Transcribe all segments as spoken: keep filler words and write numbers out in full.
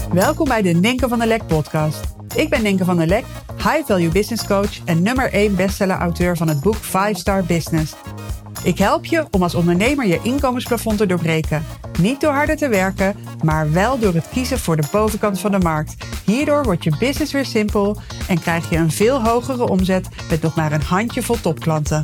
Welkom bij de Ninke van der Lek podcast. Ik ben Ninke van der Lek, High Value Business Coach en nummer één bestseller-auteur van het boek five star Business. Ik help je om als ondernemer je inkomensplafond te doorbreken. Niet door harder te werken, maar wel door het kiezen voor de bovenkant van de markt. Hierdoor wordt je business weer simpel en krijg je een veel hogere omzet met nog maar een handjevol topklanten.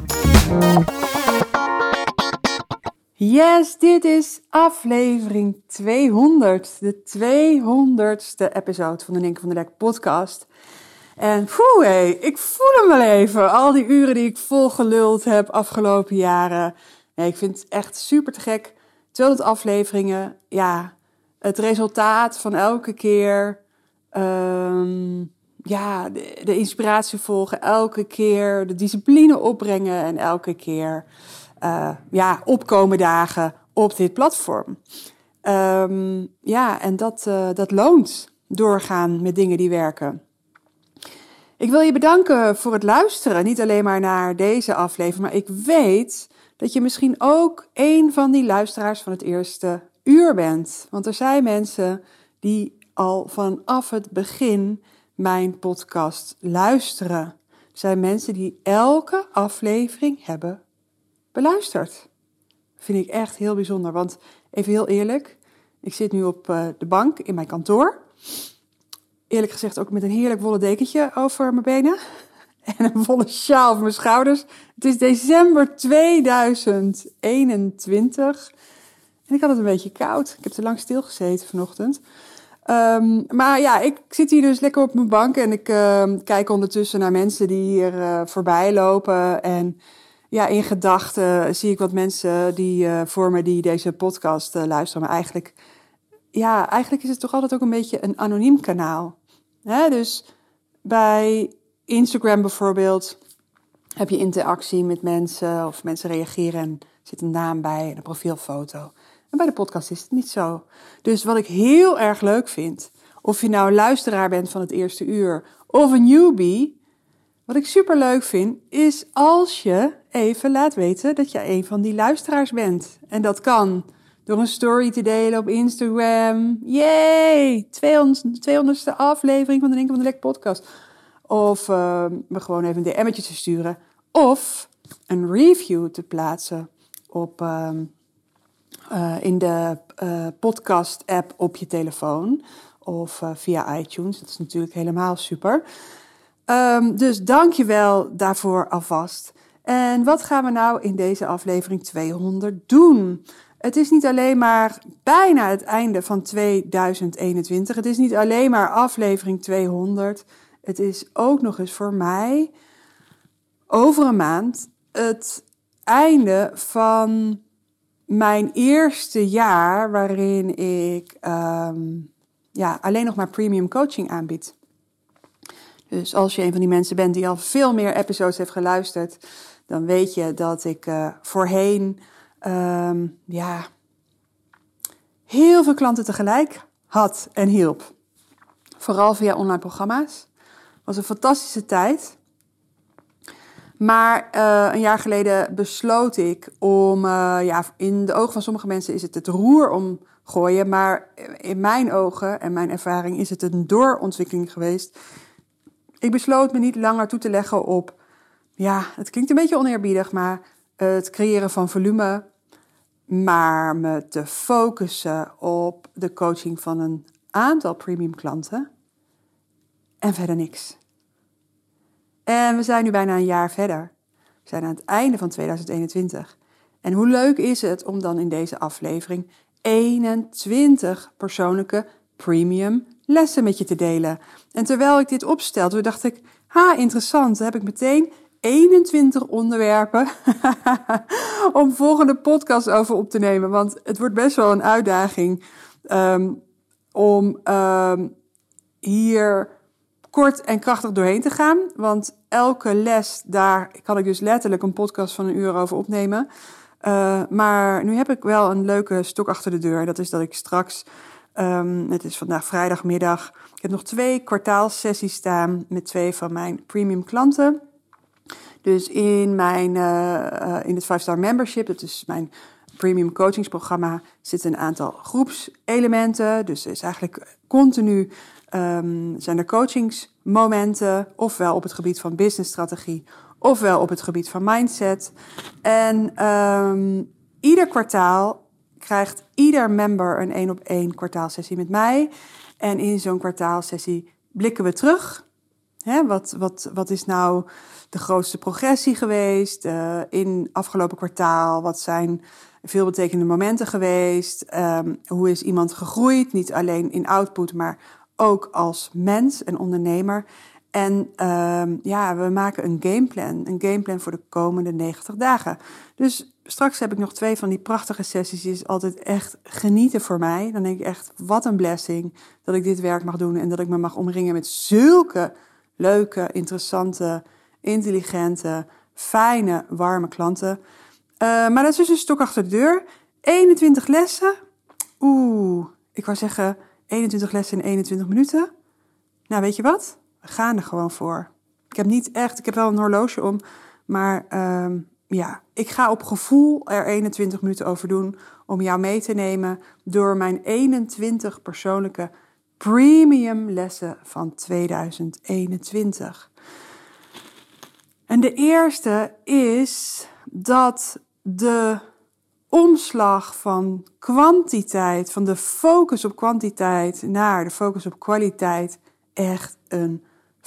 Yes, dit is aflevering tweehonderd. De tweehonderdste episode van de Ninke van der Lek podcast. En poeh, hey, ik voel hem wel even. Al die uren die ik vol geluld heb afgelopen jaren. Nee, ik vind het echt super te gek. tweehonderd afleveringen. Ja, het resultaat van elke keer. Um, ja, de, de inspiratie volgen. Elke keer de discipline opbrengen. En elke keer uh, ja, opkomen dagen op dit platform. Um, ja, en dat, uh, dat loont. Doorgaan met dingen die werken. Ik wil je bedanken voor het luisteren. Niet alleen maar naar deze aflevering, maar ik weet dat je misschien ook een van die luisteraars van het eerste uur bent. Want er zijn mensen die al vanaf het begin mijn podcast luisteren. Er zijn mensen die elke aflevering hebben beluisterd. Dat vind ik echt heel bijzonder. Want even heel eerlijk, ik zit nu op de bank in mijn kantoor. Eerlijk gezegd ook met een heerlijk wollen dekentje over mijn benen. En een wollen sjaal over mijn schouders. Het is december tweeduizend eenentwintig. En ik had het een beetje koud. Ik heb te lang stilgezeten vanochtend. Um, maar ja, ik zit hier dus lekker op mijn bank. En ik uh, kijk ondertussen naar mensen die hier uh, voorbij lopen. En ja, in gedachten zie ik wat mensen die uh, voor me die deze podcast uh, luisteren. Maar eigenlijk... Ja, eigenlijk is het toch altijd ook een beetje een anoniem kanaal. Hè? Dus bij Instagram bijvoorbeeld heb je interactie met mensen of mensen reageren en er zit een naam bij en een profielfoto. En bij de podcast is het niet zo. Dus wat ik heel erg leuk vind, of je nou een luisteraar bent van het eerste uur of een newbie, wat ik super leuk vind, is als je even laat weten dat je een van die luisteraars bent. En dat kan door een story te delen op Instagram. Yay! tweehonderdste aflevering van de Ninke van der Lek podcast. Of uh, me gewoon even een D M'tje te sturen. Of een review te plaatsen op, uh, uh, in de uh, podcast app op je telefoon. Of uh, via iTunes. Dat is natuurlijk helemaal super. Um, dus dank je wel daarvoor alvast. En wat gaan we nou in deze aflevering tweehonderd doen? Het is niet alleen maar bijna het einde van tweeduizend eenentwintig. Het is niet alleen maar aflevering tweehonderd. Het is ook nog eens voor mij over een maand het einde van mijn eerste jaar waarin ik um, ja, alleen nog maar premium coaching aanbied. Dus als je een van die mensen bent die al veel meer episodes heeft geluisterd, dan weet je dat ik uh, voorheen Um, ja, heel veel klanten tegelijk had en hielp. Vooral via online programma's. Het was een fantastische tijd. Maar uh, een jaar geleden besloot ik om, uh, ja, in de ogen van sommige mensen is het het roer omgooien. Maar in mijn ogen en mijn ervaring is het een doorontwikkeling geweest. Ik besloot me niet langer toe te leggen op, ja, het klinkt een beetje oneerbiedig, maar het creëren van volume, maar me te focussen op de coaching van een aantal premium klanten en verder niks. En we zijn nu bijna een jaar verder. We zijn aan het einde van tweeduizend eenentwintig. En hoe leuk is het om dan in deze aflevering eenentwintig persoonlijke premium lessen met je te delen. En terwijl ik dit opstelde, dacht ik, ha, interessant, dan heb ik meteen eenentwintig onderwerpen om volgende podcast over op te nemen. Want het wordt best wel een uitdaging um, om um, hier kort en krachtig doorheen te gaan. Want elke les, daar kan ik dus letterlijk een podcast van een uur over opnemen. Uh, maar nu heb ik wel een leuke stok achter de deur. Dat is dat ik straks, um, het is vandaag vrijdagmiddag, ik heb nog twee kwartaalsessies staan met twee van mijn premium klanten. Dus in, mijn, uh, uh, in het five star membership, dat is mijn premium coachingsprogramma zitten een aantal groepselementen. Dus er is eigenlijk continu um, zijn er coachingsmomenten, ofwel op het gebied van businessstrategie, ofwel op het gebied van mindset. En um, ieder kwartaal krijgt ieder member een één op één kwartaalsessie met mij. En in zo'n kwartaalsessie blikken we terug. Hè, wat, wat, wat is nou de grootste progressie geweest uh, in afgelopen kwartaal? Wat zijn veelbetekende momenten geweest? Um, hoe is iemand gegroeid? Niet alleen in output, maar ook als mens en ondernemer. En um, ja, we maken een gameplan. Een gameplan voor de komende negentig dagen. Dus straks heb ik nog twee van die prachtige sessies. Die is altijd echt genieten voor mij. Dan denk ik echt, wat een blessing dat ik dit werk mag doen. En dat ik me mag omringen met zulke leuke, interessante, intelligente, fijne, warme klanten. Uh, maar dat is dus een stok achter de deur. eenentwintig lessen. Oeh, ik wou zeggen eenentwintig lessen in eenentwintig minuten. Nou, weet je wat? We gaan er gewoon voor. Ik heb niet echt, ik heb wel een horloge om, maar um, ja, ik ga op gevoel er eenentwintig minuten over doen om jou mee te nemen door mijn eenentwintig persoonlijke premium lessen van tweeduizend eenentwintig. En de eerste is dat de omslag van kwantiteit, van de focus op kwantiteit naar de focus op kwaliteit echt een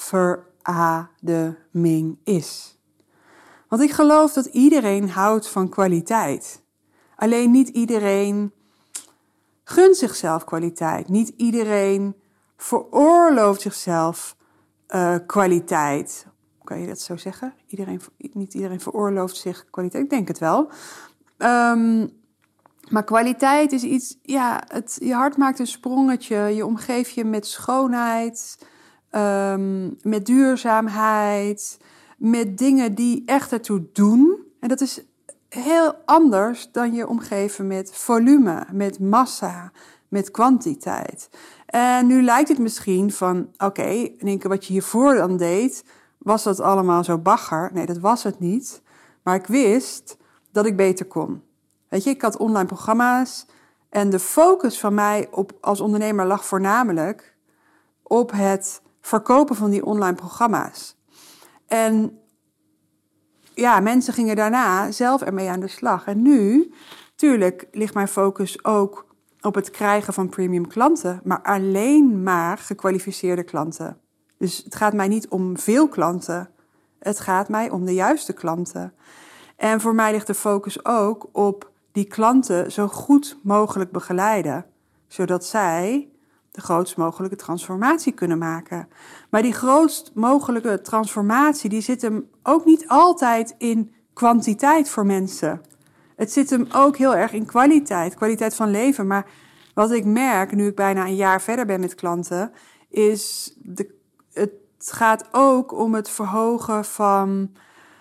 verademing is. Want ik geloof dat iedereen houdt van kwaliteit. Alleen niet iedereen gunt zichzelf kwaliteit. Niet iedereen veroorlooft zichzelf uh, kwaliteit. Kan je dat zo zeggen? Iedereen, niet iedereen veroorlooft zich kwaliteit. Ik denk het wel. Um, maar kwaliteit is iets, ja, het, je hart maakt een sprongetje. Je omgeeft je met schoonheid, um, met duurzaamheid, met dingen die echt ertoe doen. En dat is heel anders dan je omgeven met volume, met massa, met kwantiteit. En nu lijkt het misschien van, oké, okay, Nienke, wat je hiervoor dan deed, was dat allemaal zo bagger? Nee, dat was het niet. Maar ik wist dat ik beter kon. Weet je, ik had online programma's en de focus van mij op, als ondernemer lag voornamelijk op het verkopen van die online programma's. En ja, mensen gingen daarna zelf ermee aan de slag. En nu, tuurlijk, ligt mijn focus ook op het krijgen van premium klanten, maar alleen maar gekwalificeerde klanten. Dus het gaat mij niet om veel klanten. Het gaat mij om de juiste klanten. En voor mij ligt de focus ook op die klanten zo goed mogelijk begeleiden, zodat zij de grootst mogelijke transformatie kunnen maken. Maar die grootst mogelijke transformatie, die zit hem ook niet altijd in kwantiteit voor mensen. Het zit hem ook heel erg in kwaliteit, kwaliteit van leven. Maar wat ik merk, nu ik bijna een jaar verder ben met klanten, is de, het gaat ook om het verhogen van,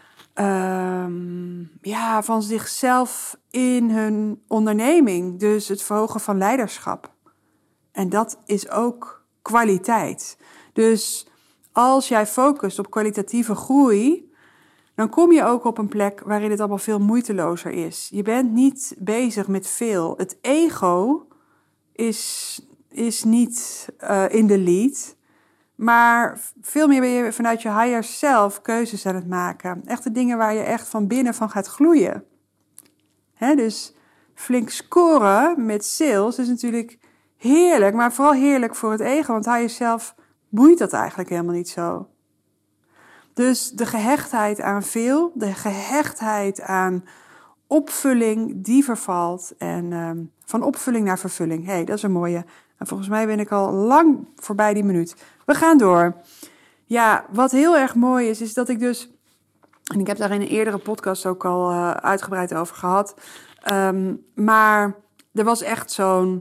um, ja, van zichzelf in hun onderneming. Dus het verhogen van leiderschap. En dat is ook kwaliteit. Dus als jij focust op kwalitatieve groei, dan kom je ook op een plek waarin het allemaal veel moeitelozer is. Je bent niet bezig met veel. Het ego is, is niet uh, in de lead, maar veel meer ben je vanuit je higher self keuzes aan het maken. Echte dingen waar je echt van binnen van gaat gloeien. Hè, dus flink scoren met sales is natuurlijk heerlijk, maar vooral heerlijk voor het ego, want hou jezelf boeit dat eigenlijk helemaal niet zo. Dus de gehechtheid aan veel, de gehechtheid aan opvulling, die vervalt. En um, van opvulling naar vervulling, hé, hey, dat is een mooie. En volgens mij ben ik al lang voorbij die minuut. We gaan door. Ja, wat heel erg mooi is, is dat ik dus, en ik heb daar in een eerdere podcast ook al uh, uitgebreid over gehad, um, maar er was echt zo'n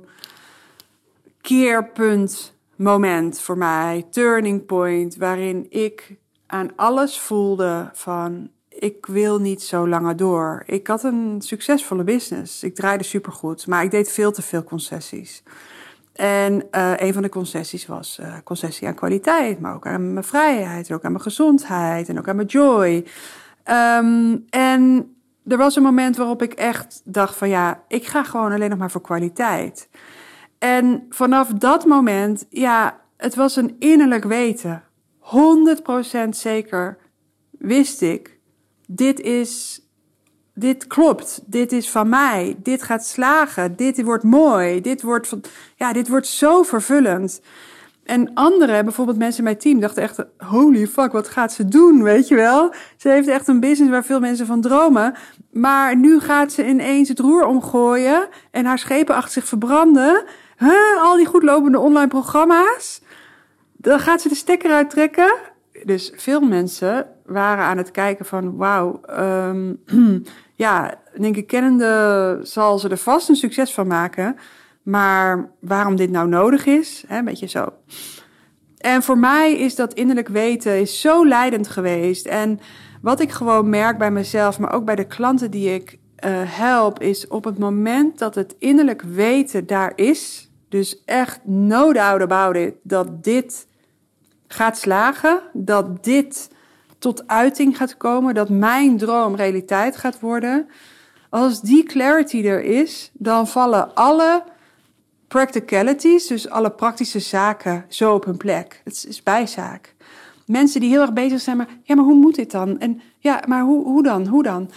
keerpunt moment voor mij, turning point, waarin ik aan alles voelde van, ik wil niet zo langer door. Ik had een succesvolle business. Ik draaide supergoed, maar ik deed veel te veel concessies. En uh, een van de concessies was uh, concessie aan kwaliteit, maar ook aan mijn vrijheid, en ook aan mijn gezondheid en ook aan mijn joy. Um, en er was een moment waarop ik echt dacht van ja, ik ga gewoon alleen nog maar voor kwaliteit. En vanaf dat moment, ja, het was een innerlijk weten. honderd procent zeker wist ik, dit is, dit klopt, dit is van mij, dit gaat slagen, dit wordt mooi, dit wordt, ja, dit wordt zo vervullend. En anderen, bijvoorbeeld mensen in mijn team, dachten echt, holy fuck, wat gaat ze doen, weet je wel? Ze heeft echt een business waar veel mensen van dromen. Maar nu gaat ze ineens het roer omgooien en haar schepen achter zich verbranden. Huh, al die goedlopende online programma's. Dan gaat ze de stekker uittrekken. Dus veel mensen waren aan het kijken van, wauw, um, ja, denk ik, kennende zal ze er vast een succes van maken. Maar waarom dit nou nodig is, hè, een beetje zo. En voor mij is dat innerlijk weten is zo leidend geweest. En wat ik gewoon merk bij mezelf, maar ook bij de klanten die ik uh, help, is op het moment dat het innerlijk weten daar is, dus echt no doubt about it, dat dit gaat slagen, dat dit tot uiting gaat komen, dat mijn droom realiteit gaat worden. Als die clarity er is, dan vallen alle practicalities, dus alle praktische zaken, zo op hun plek. Het is bijzaak. Mensen die heel erg bezig zijn, maar ja, maar hoe moet dit dan? En ja, maar hoe, hoe dan? Hoe dan?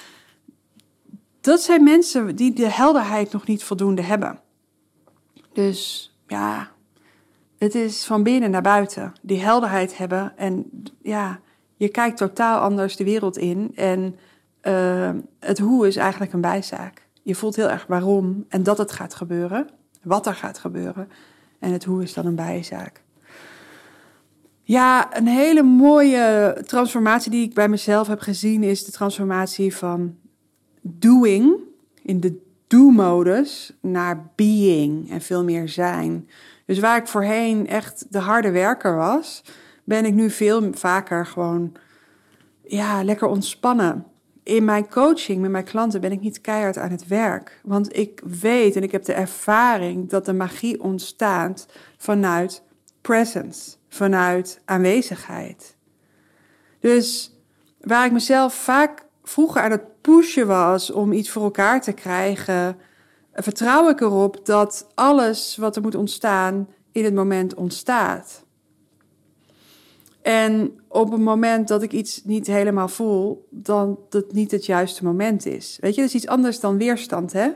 Dat zijn mensen die de helderheid nog niet voldoende hebben. Dus ja, het is van binnen naar buiten. Die helderheid hebben en ja, je kijkt totaal anders de wereld in. En uh, het hoe is eigenlijk een bijzaak. Je voelt heel erg waarom en dat het gaat gebeuren. Wat er gaat gebeuren. En het hoe is dan een bijzaak. Ja, een hele mooie transformatie die ik bij mezelf heb gezien is de transformatie van doing, in de do-modus, naar being en veel meer zijn. Dus waar ik voorheen echt de harde werker was, ben ik nu veel vaker gewoon ja, lekker ontspannen. In mijn coaching met mijn klanten ben ik niet keihard aan het werk. Want ik weet en ik heb de ervaring dat de magie ontstaat vanuit presence, vanuit aanwezigheid. Dus waar ik mezelf vaak vroeger aan het pushen was om iets voor elkaar te krijgen, vertrouw ik erop dat alles wat er moet ontstaan in het moment ontstaat. En op het moment dat ik iets niet helemaal voel, dan dat het niet het juiste moment is. Weet je, dat is iets anders dan weerstand, hè?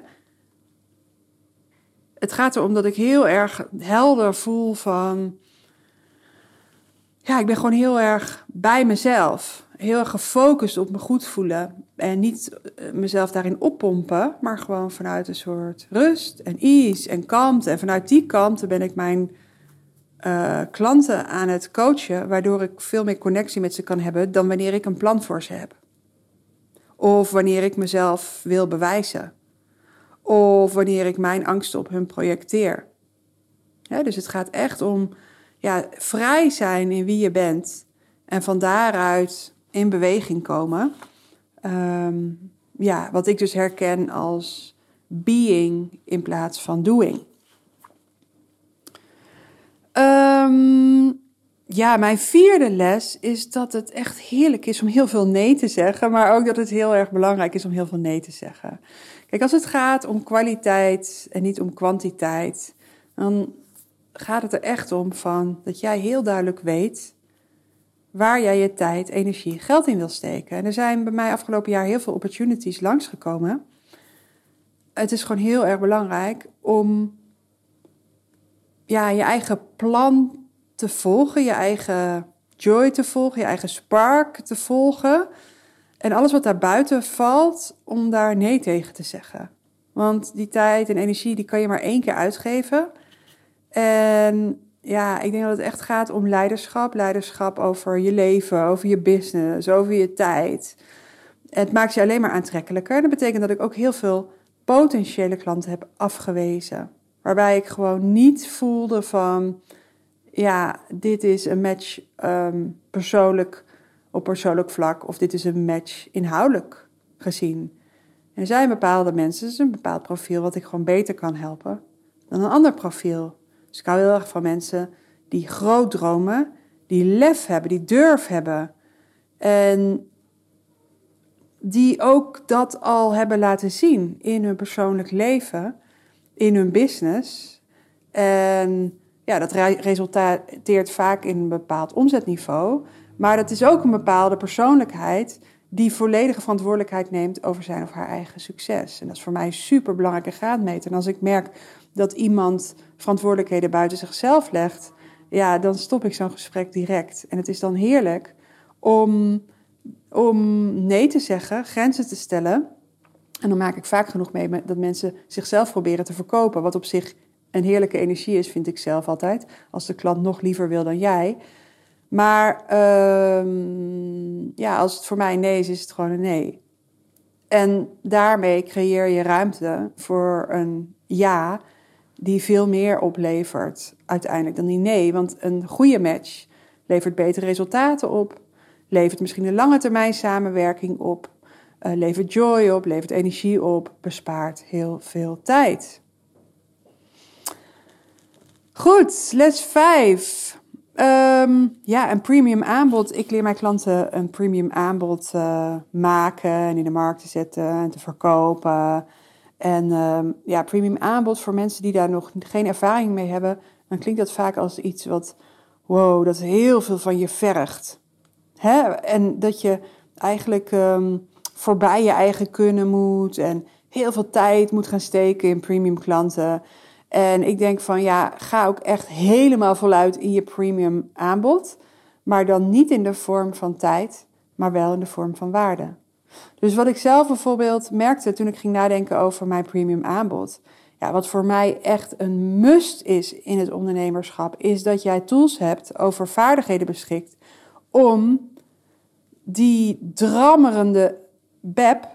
Het gaat erom dat ik heel erg helder voel van, ja, ik ben gewoon heel erg bij mezelf. Heel erg gefocust op me goed voelen. En niet mezelf daarin oppompen, maar gewoon vanuit een soort rust en ease en kalmte. En vanuit die kalmte ben ik mijn uh, klanten aan het coachen, waardoor ik veel meer connectie met ze kan hebben dan wanneer ik een plan voor ze heb. Of wanneer ik mezelf wil bewijzen. Of wanneer ik mijn angsten op hun projecteer. Ja, dus het gaat echt om ja, vrij zijn in wie je bent. En van daaruit in beweging komen. Um, ja, wat ik dus herken als being in plaats van doing. Um, ja, mijn vierde les is dat het echt heerlijk is om heel veel nee te zeggen. Maar ook dat het heel erg belangrijk is om heel veel nee te zeggen. Kijk, als het gaat om kwaliteit en niet om kwantiteit, dan gaat het er echt om van dat jij heel duidelijk weet waar jij je tijd, energie, geld in wil steken. En er zijn bij mij afgelopen jaar heel veel opportunities langsgekomen. Het is gewoon heel erg belangrijk om ja, je eigen plan te volgen, je eigen joy te volgen, je eigen spark te volgen. En alles wat daar buiten valt, om daar nee tegen te zeggen. Want die tijd en energie, die kan je maar één keer uitgeven. En ja, ik denk dat het echt gaat om leiderschap. Leiderschap over je leven, over je business, over je tijd. Het maakt je alleen maar aantrekkelijker. Dat betekent dat ik ook heel veel potentiële klanten heb afgewezen. Waarbij ik gewoon niet voelde van, ja, dit is een match um, persoonlijk op persoonlijk vlak. Of dit is een match inhoudelijk gezien. Er zijn bepaalde mensen, dus een bepaald profiel wat ik gewoon beter kan helpen dan een ander profiel. Dus ik hou heel erg van mensen die groot dromen, die lef hebben, die durf hebben. En die ook dat al hebben laten zien in hun persoonlijk leven, in hun business. En ja, dat re- resulteert vaak in een bepaald omzetniveau. Maar dat is ook een bepaalde persoonlijkheid die volledige verantwoordelijkheid neemt over zijn of haar eigen succes. En dat is voor mij een superbelangrijke graadmeter. En als ik merk dat iemand verantwoordelijkheden buiten zichzelf legt, ja, dan stop ik zo'n gesprek direct. En het is dan heerlijk om, om nee te zeggen, grenzen te stellen. En dan maak ik vaak genoeg mee dat mensen zichzelf proberen te verkopen. Wat op zich een heerlijke energie is, vind ik zelf altijd. Als de klant nog liever wil dan jij. Maar uh, ja, als het voor mij een nee is, is het gewoon een nee. En daarmee creëer je ruimte voor een ja die veel meer oplevert uiteindelijk dan die nee. Want een goede match levert betere resultaten op. Levert misschien een lange termijn samenwerking op. Uh, levert joy op, levert energie op. Bespaart heel veel tijd. Goed, les vijf. Um, ja, een premium aanbod. Ik leer mijn klanten een premium aanbod uh, maken en in de markt te zetten en te verkopen. En um, ja, premium aanbod voor mensen die daar nog geen ervaring mee hebben, dan klinkt dat vaak als iets wat, wow, dat heel veel van je vergt. Hè? En dat je eigenlijk um, voorbij je eigen kunnen moet en heel veel tijd moet gaan steken in premium klanten. En ik denk van ja, ga ook echt helemaal voluit in je premium aanbod. Maar dan niet in de vorm van tijd, maar wel in de vorm van waarde. Dus wat ik zelf bijvoorbeeld merkte toen ik ging nadenken over mijn premium aanbod. Ja, wat voor mij echt een must is in het ondernemerschap, is dat jij tools hebt, over vaardigheden beschikt, om die drammerende beb,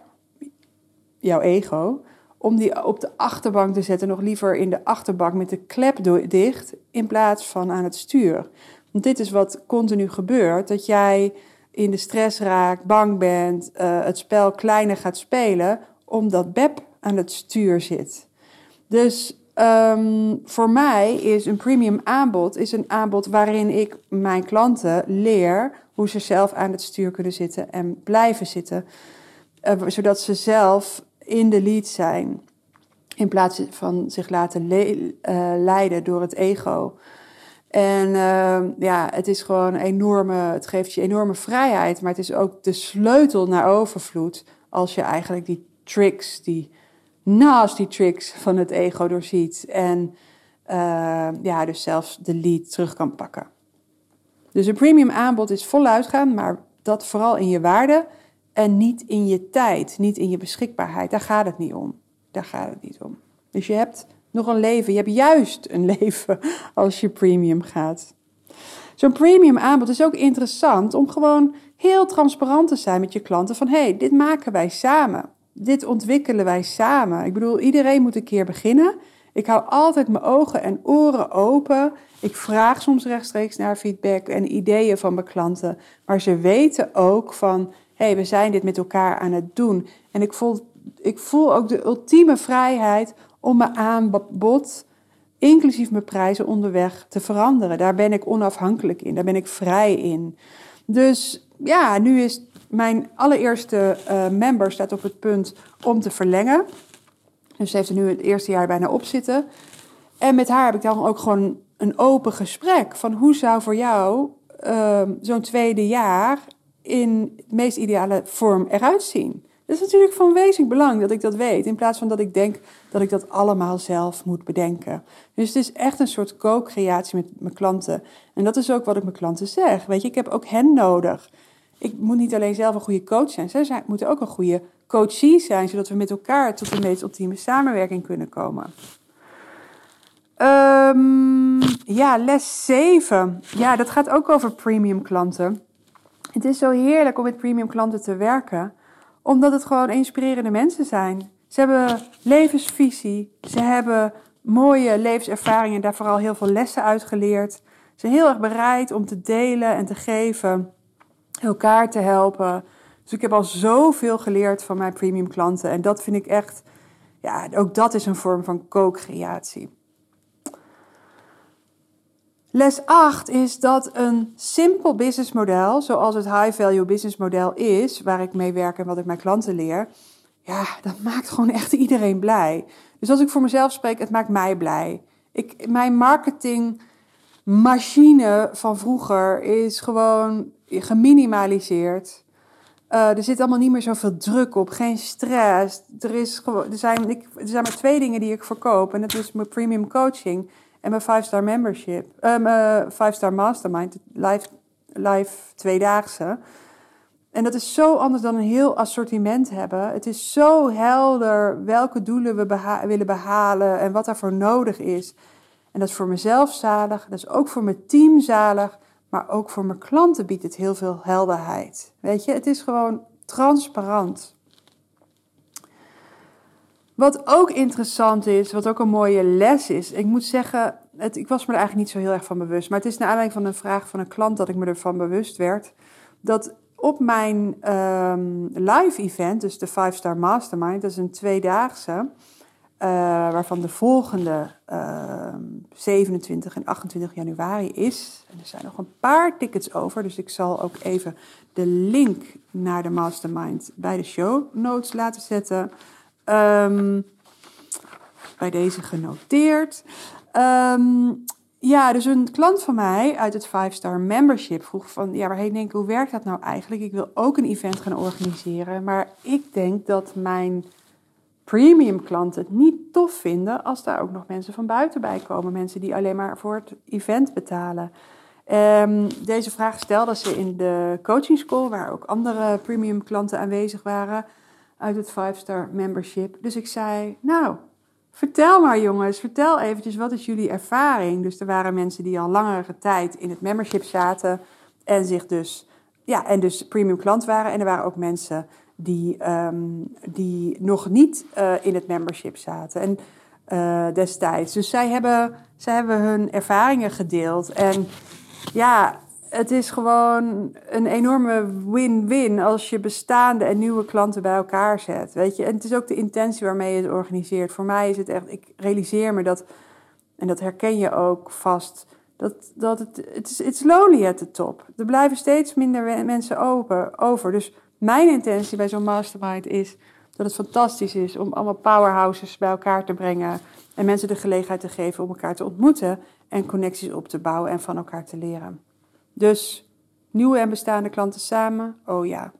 jouw ego, om die op de achterbank te zetten, nog liever in de achterbank met de klep dicht, in plaats van aan het stuur. Want dit is wat continu gebeurt, dat jij in de stress raakt, bang bent, uh, het spel kleiner gaat spelen, omdat beb aan het stuur zit. Dus um, voor mij is een premium aanbod is een aanbod waarin ik mijn klanten leer hoe ze zelf aan het stuur kunnen zitten en blijven zitten, uh, zodat ze zelf in de lead zijn, in plaats van zich laten le- uh, leiden door het ego. En uh, ja, het is gewoon enorme, het geeft je enorme vrijheid, maar het is ook de sleutel naar overvloed als je eigenlijk die tricks, die nasty tricks van het ego doorziet en uh, ja, dus zelfs de lead terug kan pakken. Dus een premium aanbod is voluit gaan, maar dat vooral in je waarde en niet in je tijd, niet in je beschikbaarheid. Daar gaat het niet om. Daar gaat het niet om. Dus je hebt nog een leven. Je hebt juist een leven als je premium gaat. Zo'n premium aanbod is ook interessant om gewoon heel transparant te zijn met je klanten. Van hé, hey, dit maken wij samen. Dit ontwikkelen wij samen. Ik bedoel, iedereen moet een keer beginnen. Ik hou altijd mijn ogen en oren open. Ik vraag soms rechtstreeks naar feedback en ideeën van mijn klanten. Maar ze weten ook van, hé, hey, we zijn dit met elkaar aan het doen. En ik voel, ik voel ook de ultieme vrijheid om mijn aanbod, inclusief mijn prijzen onderweg, te veranderen. Daar ben ik onafhankelijk in, daar ben ik vrij in. Dus ja, nu is mijn allereerste uh, member staat op het punt om te verlengen. Dus ze heeft er nu het eerste jaar bijna op zitten. En met haar heb ik dan ook gewoon een open gesprek van hoe zou voor jou uh, zo'n tweede jaar in de meest ideale vorm eruit zien. Dat is natuurlijk van wezenlijk belang dat ik dat weet, in plaats van dat ik denk dat ik dat allemaal zelf moet bedenken. Dus het is echt een soort co-creatie met mijn klanten. En dat is ook wat ik mijn klanten zeg. Weet je, ik heb ook hen nodig. Ik moet niet alleen zelf een goede coach zijn, zij zijn, moeten ook een goede coachie zijn, zodat we met elkaar tot de meest ultieme samenwerking kunnen komen. Um, ja, les zeven. Ja, dat gaat ook over premium klanten. Het is zo heerlijk om met premium klanten te werken, omdat het gewoon inspirerende mensen zijn. Ze hebben levensvisie, ze hebben mooie levenservaringen en daar vooral heel veel lessen uit geleerd. Ze zijn heel erg bereid om te delen en te geven, elkaar te helpen. Dus ik heb al zoveel geleerd van mijn premium klanten. En dat vind ik echt, ja, ook dat is een vorm van co-creatie. Les acht is dat een simpel businessmodel, zoals het high-value businessmodel is, waar ik mee werk en wat ik mijn klanten leer, ja, dat maakt gewoon echt iedereen blij. Dus als ik voor mezelf spreek, het maakt mij blij. Ik, mijn marketingmachine van vroeger is gewoon geminimaliseerd. Uh, er zit allemaal niet meer zoveel druk op, geen stress. Er, is gewoon, er, zijn, ik, er zijn maar twee dingen die ik verkoop. En dat is mijn premium coaching en mijn five-star membership. Uh, mijn five-star mastermind, live, live tweedaagse. En dat is zo anders dan een heel assortiment hebben. Het is zo helder welke doelen we beha- willen behalen en wat daarvoor nodig is. En dat is voor mezelf zalig, dat is ook voor mijn team zalig. Maar ook voor mijn klanten biedt het heel veel helderheid. Weet je, het is gewoon transparant. Wat ook interessant is, wat ook een mooie les is. Ik moet zeggen, het, ik was me er eigenlijk niet zo heel erg van bewust. Maar het is naar aanleiding van een vraag van een klant dat ik me ervan bewust werd. Dat op mijn um, live event, dus de five-star mastermind, dat is een tweedaagse. Uh, waarvan de volgende uh, zevenentwintig en achtentwintig januari is. En er zijn nog een paar tickets over. Dus ik zal ook even de link naar de mastermind bij de show notes laten zetten. Um, bij deze genoteerd. Um, ja, dus een klant van mij uit het five-star membership vroeg van, ja, waarheen denk ik, hoe werkt dat nou eigenlijk? Ik wil ook een event gaan organiseren. Maar ik denk dat mijn premium klanten het niet tof vinden als daar ook nog mensen van buiten bij komen. Mensen die alleen maar voor het event betalen. Um, deze vraag stelde ze in de coaching school, waar ook andere premium klanten aanwezig waren uit het five-star membership. Dus ik zei, nou, vertel maar jongens, vertel eventjes, wat is jullie ervaring? Dus er waren mensen die al langere tijd in het membership zaten en zich dus, ja, en dus premium klant waren. En er waren ook mensen die, um, die nog niet uh, in het membership zaten en, uh, destijds. Dus zij hebben, zij hebben hun ervaringen gedeeld. En ja, het is gewoon een enorme win-win als je bestaande en nieuwe klanten bij elkaar zet. Weet je? En het is ook de intentie waarmee je het organiseert. Voor mij is het echt, ik realiseer me dat, en dat herken je ook vast, dat, dat het, het is it's lonely at the top. Er blijven steeds minder mensen open, over. Dus mijn intentie bij zo'n mastermind is dat het fantastisch is om allemaal powerhouses bij elkaar te brengen en mensen de gelegenheid te geven om elkaar te ontmoeten en connecties op te bouwen en van elkaar te leren. Dus nieuwe en bestaande klanten samen, oh ja.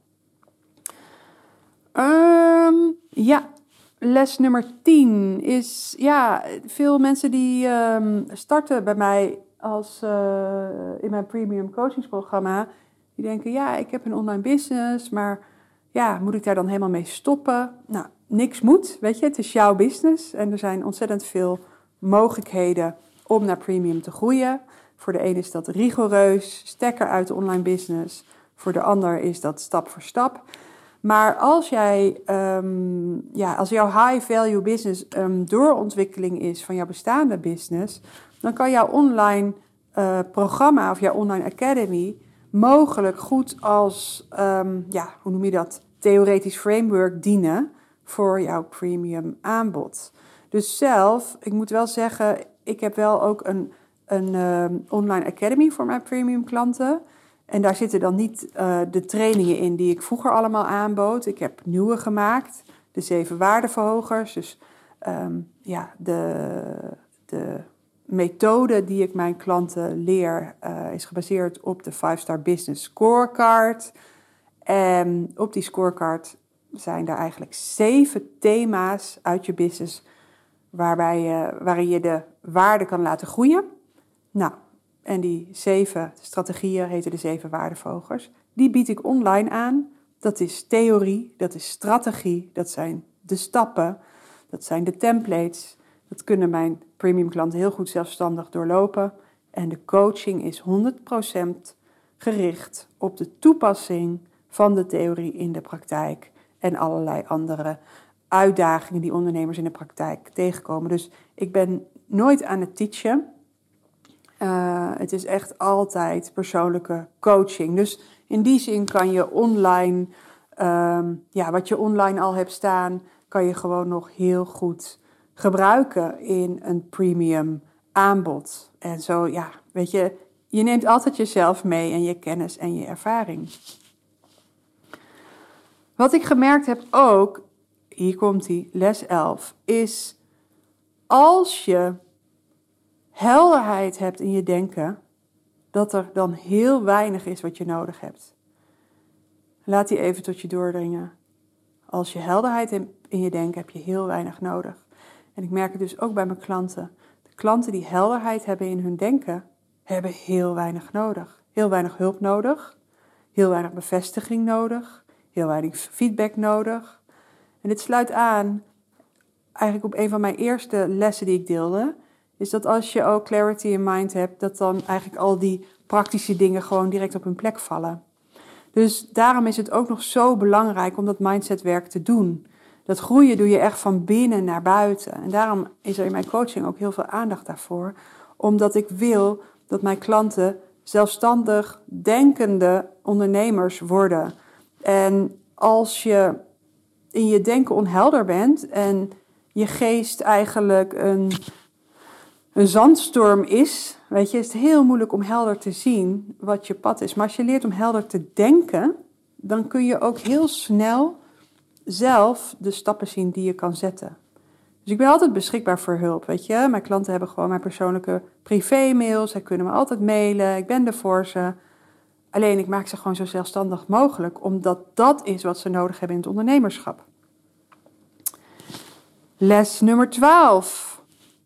Um, ja, les nummer tien is, ja, veel mensen die um, starten bij mij als uh, in mijn premium coachingsprogramma, die denken, ja, ik heb een online business, maar ja, moet ik daar dan helemaal mee stoppen? Nou, niks moet, weet je, het is jouw business en er zijn ontzettend veel mogelijkheden om naar premium te groeien. Voor de een is dat rigoureus, stekker uit de online business. Voor de ander is dat stap voor stap. Maar als jij, um, ja, als jouw high-value business um, doorontwikkeling is van jouw bestaande business, dan kan jouw online uh, programma of jouw online academy mogelijk goed als, um, ja, hoe noem je dat, theoretisch framework dienen voor jouw premium aanbod. Dus zelf, ik moet wel zeggen, ik heb wel ook een een uh, online academy voor mijn premium klanten. En daar zitten dan niet uh, de trainingen in die ik vroeger allemaal aanbood. Ik heb nieuwe gemaakt, de zeven waardeverhogers. Dus um, ja, de, de methode die ik mijn klanten leer uh, is gebaseerd op de five-star business scorecard. En op die scorecard zijn er eigenlijk zeven thema's uit je business waarbij je, waarin je de waarde kan laten groeien. Nou, en die zeven strategieën heten de zeven waardeverhogers. Die bied ik online aan. Dat is theorie, dat is strategie, dat zijn de stappen, dat zijn de templates. Dat kunnen mijn premium klanten heel goed zelfstandig doorlopen. En de coaching is honderd procent gericht op de toepassing van de theorie in de praktijk en allerlei andere uitdagingen die ondernemers in de praktijk tegenkomen. Dus ik ben nooit aan het teachen. Uh, het is echt altijd persoonlijke coaching. Dus in die zin kan je online, um, ja, wat je online al hebt staan, kan je gewoon nog heel goed gebruiken in een premium aanbod. En zo, ja, weet je, je neemt altijd jezelf mee en je kennis en je ervaring. Wat ik gemerkt heb ook, hier komt die les elf, is als je helderheid hebt in je denken, dat er dan heel weinig is wat je nodig hebt. Laat die even tot je doordringen. Als je helderheid in je denken, heb je heel weinig nodig. En ik merk het dus ook bij mijn klanten. De klanten die helderheid hebben in hun denken, hebben heel weinig nodig. Heel weinig hulp nodig, heel weinig bevestiging nodig, heel weinig feedback nodig. En dit sluit aan eigenlijk op een van mijn eerste lessen die ik deelde, is dat als je ook clarity in mind hebt, dat dan eigenlijk al die praktische dingen gewoon direct op hun plek vallen. Dus daarom is het ook nog zo belangrijk om dat mindsetwerk te doen. Dat groeien doe je echt van binnen naar buiten. En daarom is er in mijn coaching ook heel veel aandacht daarvoor. Omdat ik wil dat mijn klanten zelfstandig denkende ondernemers worden. En als je in je denken onhelder bent en je geest eigenlijk een, een zandstorm is, weet je, is het heel moeilijk om helder te zien wat je pad is. Maar als je leert om helder te denken, dan kun je ook heel snel zelf de stappen zien die je kan zetten. Dus ik ben altijd beschikbaar voor hulp, weet je. Mijn klanten hebben gewoon mijn persoonlijke privé-mails. Zij kunnen me altijd mailen. Ik ben er voor ze. Alleen ik maak ze gewoon zo zelfstandig mogelijk, omdat dat is wat ze nodig hebben in het ondernemerschap. Les nummer twaalf.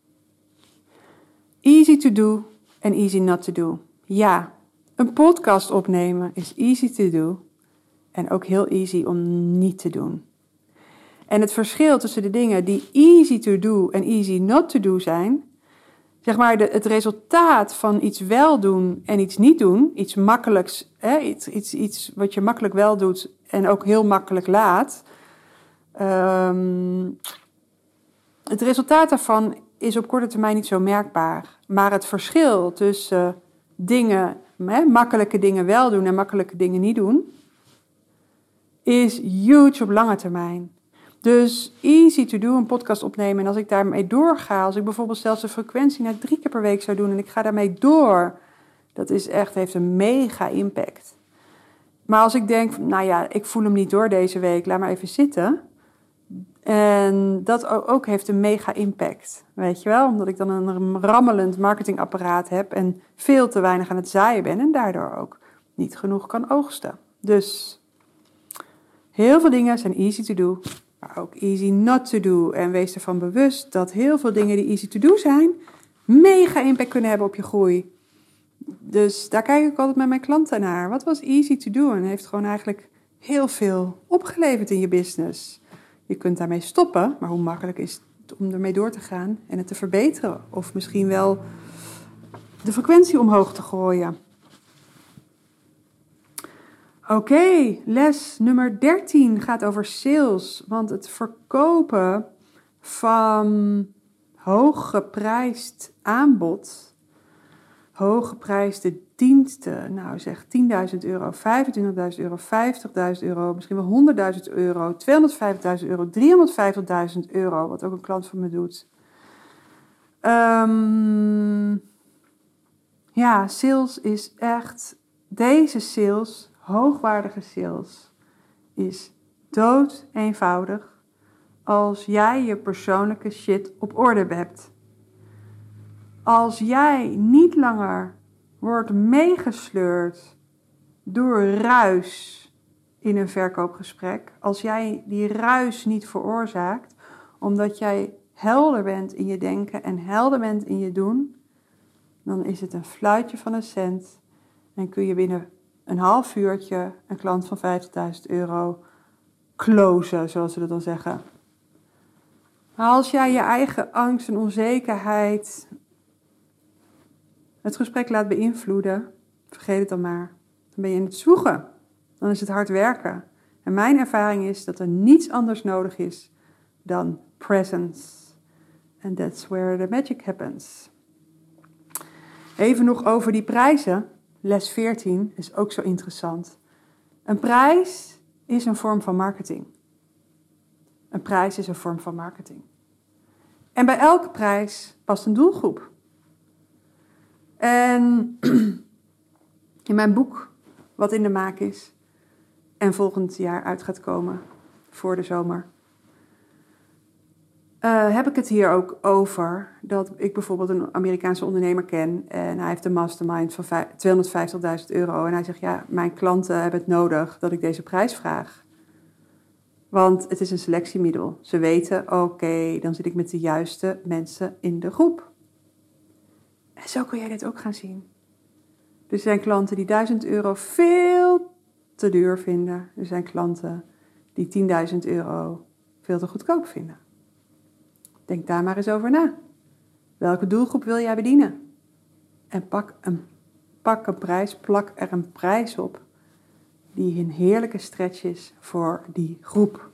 Easy to do en easy not to do. Ja, een podcast opnemen is easy to do en ook heel easy om niet te doen. En het verschil tussen de dingen die easy to do en easy not to do zijn, zeg maar de, het resultaat van iets wel doen en iets niet doen, iets makkelijks, hè, iets, iets, iets wat je makkelijk wel doet en ook heel makkelijk laat. Um, het resultaat daarvan is op korte termijn niet zo merkbaar. Maar het verschil tussen dingen, hè, makkelijke dingen wel doen en makkelijke dingen niet doen, is huge op lange termijn. Dus easy to do, een podcast opnemen. En als ik daarmee doorga, als ik bijvoorbeeld zelfs de frequentie naar drie keer per week zou doen en ik ga daarmee door, dat is echt, heeft een mega impact. Maar als ik denk, nou ja, ik voel hem niet door deze week, laat maar even zitten. En dat ook heeft een mega impact, weet je wel. Omdat ik dan een rammelend marketingapparaat heb en veel te weinig aan het zaaien ben en daardoor ook niet genoeg kan oogsten. Dus heel veel dingen zijn easy to do, maar ook easy not to do. En wees ervan bewust dat heel veel dingen die easy to do zijn, mega impact kunnen hebben op je groei. Dus daar kijk ik altijd met mijn klanten naar. Wat was easy to do? En heeft gewoon eigenlijk heel veel opgeleverd in je business. Je kunt daarmee stoppen, maar hoe makkelijk is het om ermee door te gaan en het te verbeteren? Of misschien wel de frequentie omhoog te gooien. Oké, okay, les nummer dertien gaat over sales. Want het verkopen van hooggeprijsd aanbod, hooggeprijsde diensten, nou zeg tienduizend euro, vijfentwintigduizend euro, vijftigduizend euro, misschien wel honderdduizend euro, tweehonderdvijftigduizend euro, driehonderdvijftigduizend euro, wat ook een klant van me doet. Um, ja, sales is echt, deze sales, hoogwaardige sales, is dood eenvoudig als jij je persoonlijke shit op orde hebt. Als jij niet langer wordt meegesleurd door ruis in een verkoopgesprek, als jij die ruis niet veroorzaakt, omdat jij helder bent in je denken en helder bent in je doen, dan is het een fluitje van een cent en kun je binnen een half uurtje een klant van vijftigduizend euro closen, zoals ze dat dan zeggen. Maar als jij je eigen angst en onzekerheid het gesprek laat beïnvloeden, vergeet het dan maar. Dan ben je in het zwoegen. Dan is het hard werken. En mijn ervaring is dat er niets anders nodig is dan presence. And that's where the magic happens. Even nog over die prijzen. Les veertien is ook zo interessant. Een prijs is een vorm van marketing. Een prijs is een vorm van marketing. En bij elke prijs past een doelgroep. En in mijn boek, wat in de maak is en volgend jaar uit gaat komen voor de zomer, Uh, heb ik het hier ook over dat ik bijvoorbeeld een Amerikaanse ondernemer ken en hij heeft een mastermind van tweehonderdvijftigduizend euro en hij zegt, ja, mijn klanten hebben het nodig dat ik deze prijs vraag. Want het is een selectiemiddel. Ze weten, oké, okay, dan zit ik met de juiste mensen in de groep. En zo kun jij dit ook gaan zien. Er zijn klanten die duizend euro veel te duur vinden. Er zijn klanten die tienduizend euro veel te goedkoop vinden. Denk daar maar eens over na. Welke doelgroep wil jij bedienen? En pak een, pak een prijs, plak er een prijs op die een heerlijke stretch is voor die groep.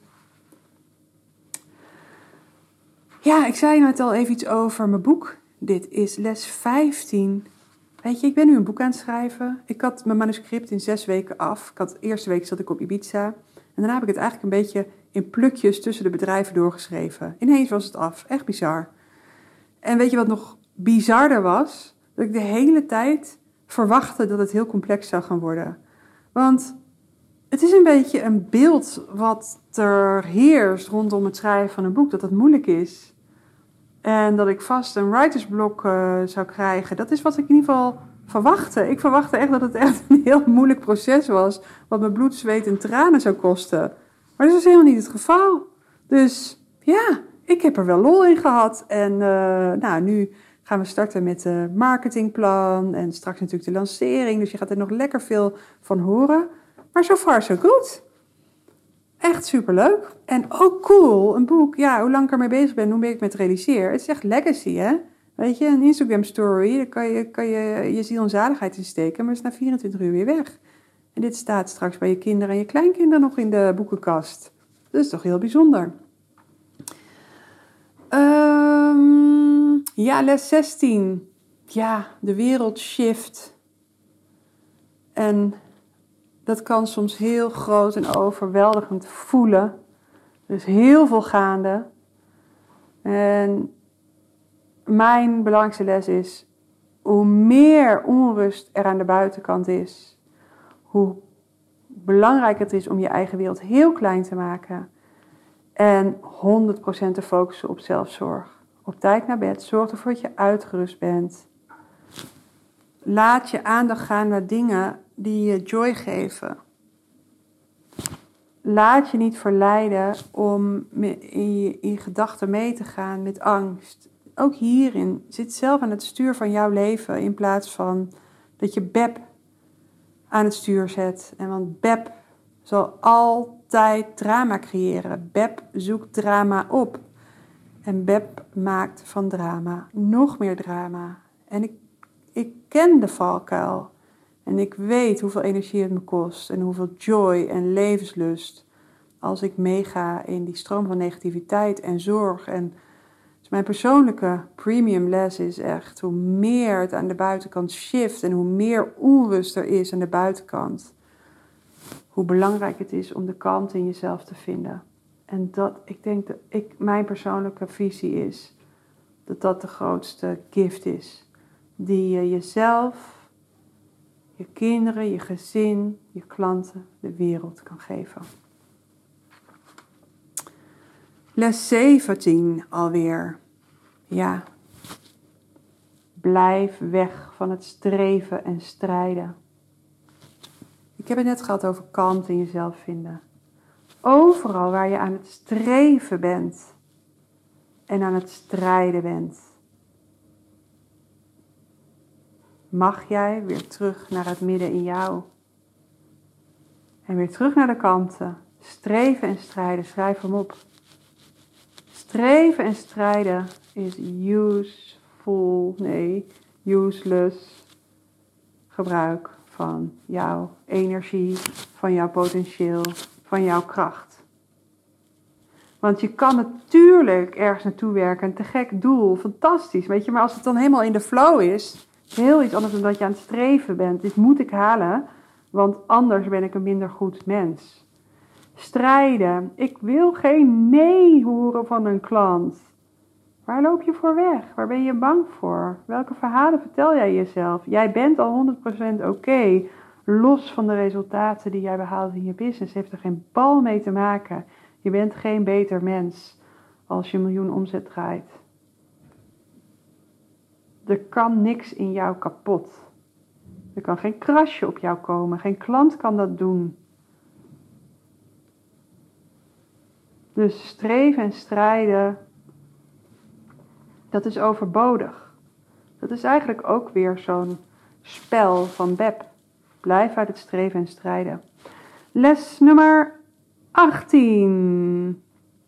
Ja, ik zei net al even iets over mijn boek. Dit is les vijftien. Weet je, ik ben nu een boek aan het schrijven. Ik had mijn manuscript in zes weken af. Ik had, de eerste week zat ik op Ibiza. En daarna heb ik het eigenlijk een beetje in plukjes tussen de bedrijven doorgeschreven. Ineens was het af. Echt bizar. En weet je wat nog bizarder was? Dat ik de hele tijd verwachtte dat het heel complex zou gaan worden. Want het is een beetje een beeld wat er heerst rondom het schrijven van een boek. Dat het moeilijk is. En dat ik vast een writersblok uh, zou krijgen. Dat is wat ik in ieder geval verwachtte. Ik verwachtte echt dat het echt een heel moeilijk proces was. Wat me bloed, zweet en tranen zou kosten. Maar dat is helemaal niet het geval. Dus ja, ik heb er wel lol in gehad. En uh, nou, nu gaan we starten met het marketingplan. En straks natuurlijk de lancering. Dus je gaat er nog lekker veel van horen. Maar so far so good. Echt superleuk. En ook cool, een boek. Ja, hoe lang ik ermee bezig ben, hoe meer ik met realiseer. Het is echt legacy, hè. Weet je, een Instagram story, daar kan je kan je, je ziel en zaligheid in steken. Maar het is na vierentwintig uur weer weg. En dit staat straks bij je kinderen en je kleinkinderen nog in de boekenkast. Dat is toch heel bijzonder. Um, ja, les zestien. Ja, de wereld shift. En dat kan soms heel groot en overweldigend voelen. Er is heel veel gaande. En mijn belangrijkste les is, hoe meer onrust er aan de buitenkant is, hoe belangrijk het is om je eigen wereld heel klein te maken en honderd procent te focussen op zelfzorg. Op tijd naar bed, zorg ervoor dat je uitgerust bent. Laat je aandacht gaan naar dingen die je joy geven. Laat je niet verleiden om in je, in je gedachten mee te gaan met angst. Ook hierin, zit zelf aan het stuur van jouw leven in plaats van dat je Beb aan het stuur zet. En want Beb zal altijd drama creëren. Beb zoekt drama op. En Beb maakt van drama nog meer drama. En ik, ik ken de valkuil. En ik weet hoeveel energie het me kost. En hoeveel joy en levenslust. Als ik meega in die stroom van negativiteit en zorg. En dus mijn persoonlijke premium les is echt. Hoe meer het aan de buitenkant shift. En hoe meer onrust er is aan de buitenkant. Hoe belangrijk het is om de kalmte in jezelf te vinden. En dat, ik denk dat ik, mijn persoonlijke visie is. Dat dat de grootste gift is. Die je jezelf, je kinderen, je gezin, je klanten, de wereld kan geven. Les zeventien alweer. Ja. Blijf weg van het streven en strijden. Ik heb het net gehad over kalmte in jezelf vinden. Overal waar je aan het streven bent en aan het strijden bent, mag jij weer terug naar het midden in jou. En weer terug naar de kanten. Streven en strijden, schrijf hem op. Streven en strijden is useful, nee, useless gebruik van jouw energie, van jouw potentieel, van jouw kracht. Want je kan natuurlijk ergens naartoe werken, een te gek doel, fantastisch, weet je. Maar als het dan helemaal in de flow is, heel iets anders dan dat je aan het streven bent. Dit moet ik halen, want anders ben ik een minder goed mens. Strijden. Ik wil geen nee horen van een klant. Waar loop je voor weg? Waar ben je bang voor? Welke verhalen vertel jij jezelf? Jij bent al honderd procent oké. Los van de resultaten die jij behaalt in je business. Heeft er geen bal mee te maken. Je bent geen beter mens als je een miljoen omzet draait. Er kan niks in jou kapot. Er kan geen krasje op jou komen. Geen klant kan dat doen. Dus streven en strijden, dat is overbodig. Dat is eigenlijk ook weer zo'n spel van Beb. Blijf uit het streven en strijden. Les nummer achttien.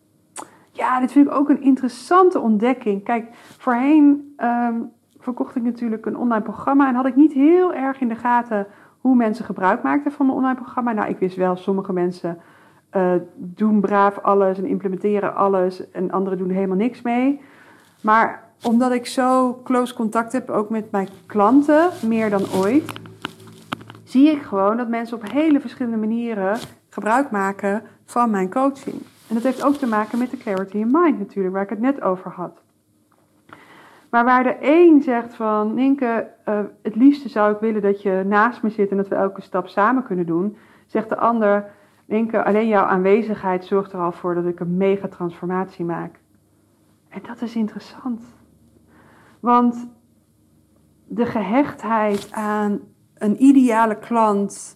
Ja, dit vind ik ook een interessante ontdekking. Kijk, voorheen um, verkocht ik natuurlijk een online programma en had ik niet heel erg in de gaten hoe mensen gebruik maakten van mijn online programma. Nou, ik wist wel, sommige mensen uh, doen braaf alles en implementeren alles en anderen doen er helemaal niks mee. Maar omdat ik zo close contact heb, ook met mijn klanten, meer dan ooit, zie ik gewoon dat mensen op hele verschillende manieren gebruik maken van mijn coaching. En dat heeft ook te maken met de clarity in mind natuurlijk, waar ik het net over had. Maar waar de een zegt van, Nienke, uh, het liefste zou ik willen dat je naast me zit en dat we elke stap samen kunnen doen, zegt de ander, Nienke, alleen jouw aanwezigheid zorgt er al voor dat ik een mega transformatie maak. En dat is interessant. Want de gehechtheid aan een ideale klant,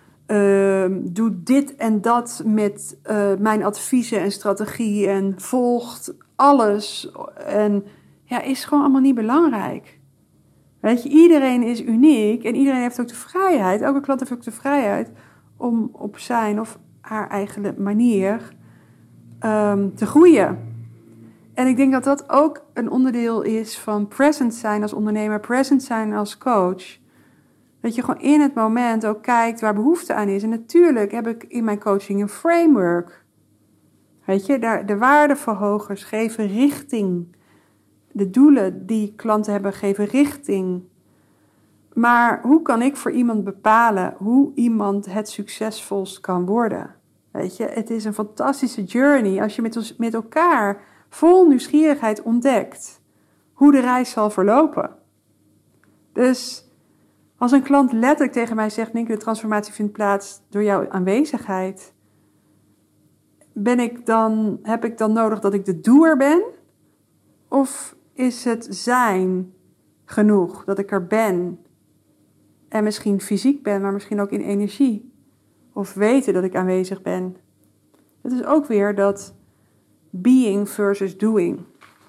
uh, doet dit en dat met uh, mijn adviezen en strategie en volgt alles. En ja, is gewoon allemaal niet belangrijk. Weet je, iedereen is uniek en iedereen heeft ook de vrijheid, elke klant heeft ook de vrijheid om op zijn of haar eigen manier um, te groeien. En ik denk dat dat ook een onderdeel is van present zijn als ondernemer, present zijn als coach. Dat je gewoon in het moment ook kijkt waar behoefte aan is. En natuurlijk heb ik in mijn coaching een framework. Weet je, daar, de waardeverhogers geven richting. De doelen die klanten hebben geven richting. Maar hoe kan ik voor iemand bepalen hoe iemand het succesvolst kan worden? Weet je, het is een fantastische journey als je met, ons, met elkaar vol nieuwsgierigheid ontdekt hoe de reis zal verlopen. Dus als een klant letterlijk tegen mij zegt, Nienke, de transformatie vindt plaats door jouw aanwezigheid, ben ik dan, heb ik dan nodig dat ik de doer ben? Of is het zijn genoeg, dat ik er ben? En misschien fysiek ben, maar misschien ook in energie. Of weten dat ik aanwezig ben. Het is ook weer dat being versus doing.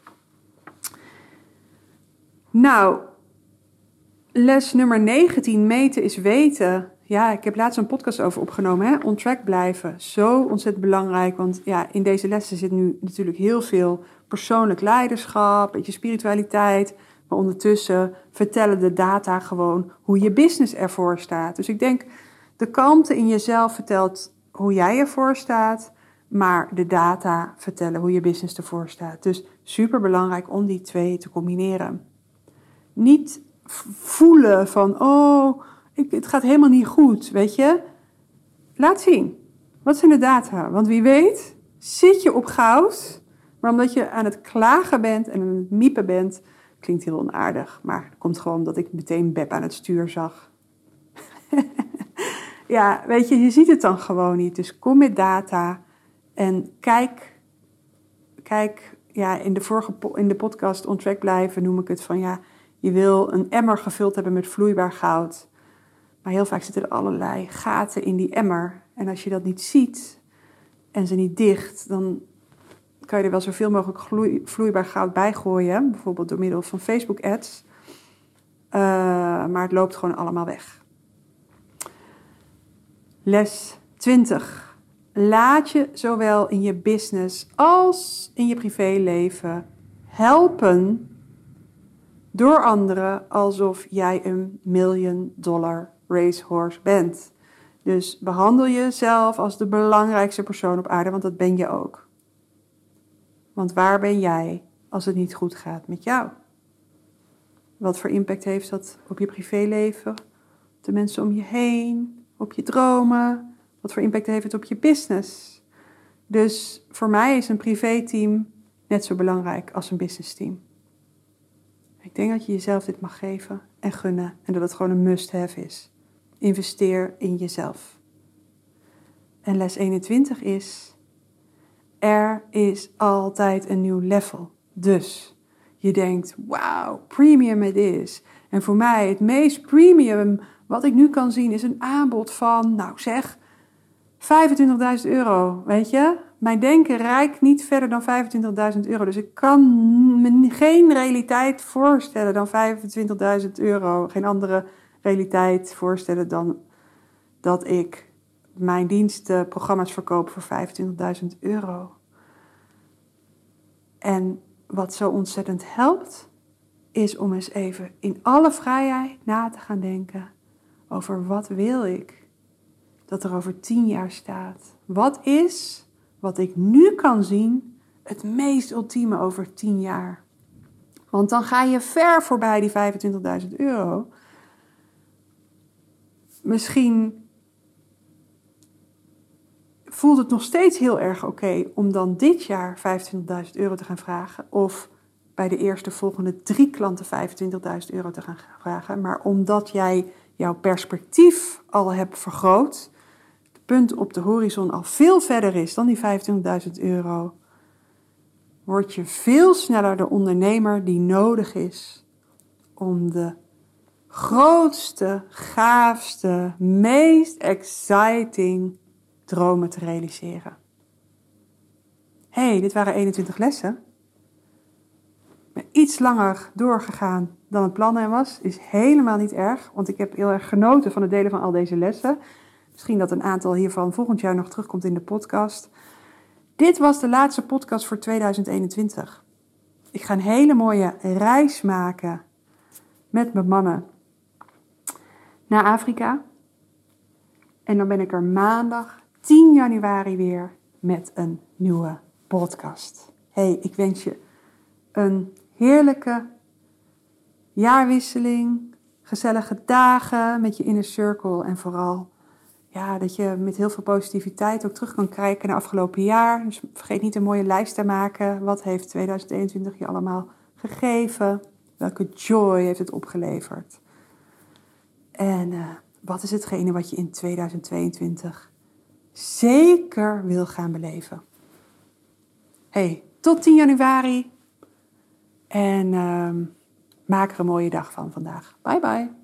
Nou, les nummer negentien, meten is weten. Ja, ik heb laatst een podcast over opgenomen, hè? On track blijven. Zo ontzettend belangrijk, want ja, in deze lessen zit nu natuurlijk heel veel persoonlijk leiderschap, beetje spiritualiteit. Maar ondertussen vertellen de data gewoon hoe je business ervoor staat. Dus ik denk, de kalmte in jezelf vertelt hoe jij ervoor staat, maar de data vertellen hoe je business ervoor staat. Dus super belangrijk om die twee te combineren. Niet voelen van, oh, ik, het gaat helemaal niet goed, weet je. Laat zien. Wat zijn de data? Want wie weet zit je op goud, maar omdat je aan het klagen bent en aan het miepen bent, klinkt heel onaardig, maar het komt gewoon omdat ik meteen Beb aan het stuur zag. Ja, weet je, je ziet het dan gewoon niet. Dus kom met data en kijk, kijk, ja, in de vorige po- in de podcast On Track blijven noem ik het van, ja, je wil een emmer gevuld hebben met vloeibaar goud. Maar heel vaak zitten er allerlei gaten in die emmer. En als je dat niet ziet en ze niet dicht, dan kan je er wel zoveel mogelijk gloei, vloeibaar goud bij gooien. Bijvoorbeeld door middel van Facebook ads. Uh, maar het loopt gewoon allemaal weg. Les twintig. Laat je zowel in je business als in je privéleven helpen door anderen alsof jij een million dollar racehorse bent. Dus behandel jezelf als de belangrijkste persoon op aarde, want dat ben je ook. Want waar ben jij als het niet goed gaat met jou? Wat voor impact heeft dat op je privéleven, op de mensen om je heen, op je dromen? Wat voor impact heeft het op je business? Dus voor mij is een privéteam net zo belangrijk als een business team. Ik denk dat je jezelf dit mag geven en gunnen en dat het gewoon een must-have is. Investeer in jezelf. En les eenentwintig is, er is altijd een nieuw level. Dus je denkt, wauw, premium het is. En voor mij het meest premium wat ik nu kan zien is een aanbod van, nou zeg, vijfentwintigduizend euro, weet je. Mijn denken reikt niet verder dan vijfentwintigduizend euro. Dus ik kan me geen realiteit voorstellen dan vijfentwintigduizend euro. Geen andere realiteit voorstellen dan dat ik mijn diensten, programma's verkoop voor vijfentwintigduizend euro. En wat zo ontzettend helpt, is om eens even in alle vrijheid na te gaan denken over wat wil ik dat er over tien jaar staat. Wat is, wat ik nu kan zien, het meest ultieme over tien jaar? Want dan ga je ver voorbij die vijfentwintigduizend euro. Misschien voelt het nog steeds heel erg oké om dan dit jaar vijfentwintigduizend euro te gaan vragen. Of bij de eerste volgende drie klanten vijfentwintigduizend euro te gaan vragen. Maar omdat jij jouw perspectief al hebt vergroot, het punt op de horizon al veel verder is dan die vijfentwintigduizend euro, word je veel sneller de ondernemer die nodig is om de grootste, gaafste, meest exciting dromen te realiseren. Hey, dit waren eenentwintig lessen. Ik ben iets langer doorgegaan dan het plan was. Is helemaal niet erg, want ik heb heel erg genoten van het delen van al deze lessen. Misschien dat een aantal hiervan volgend jaar nog terugkomt in de podcast. Dit was de laatste podcast voor tweeduizend eenentwintig. Ik ga een hele mooie reis maken met mijn mannen naar Afrika. En dan ben ik er maandag tien januari weer met een nieuwe podcast. Hey, ik wens je een heerlijke jaarwisseling, gezellige dagen met je inner circle en vooral ja, dat je met heel veel positiviteit ook terug kan kijken naar afgelopen jaar. Dus vergeet niet een mooie lijst te maken. Wat heeft tweeduizend eenentwintig je allemaal gegeven? Welke joy heeft het opgeleverd? En uh, wat is hetgene wat je in tweeduizend tweeëntwintig zeker wil gaan beleven? Hey, tot tien januari. En uh, maak er een mooie dag van vandaag. Bye bye.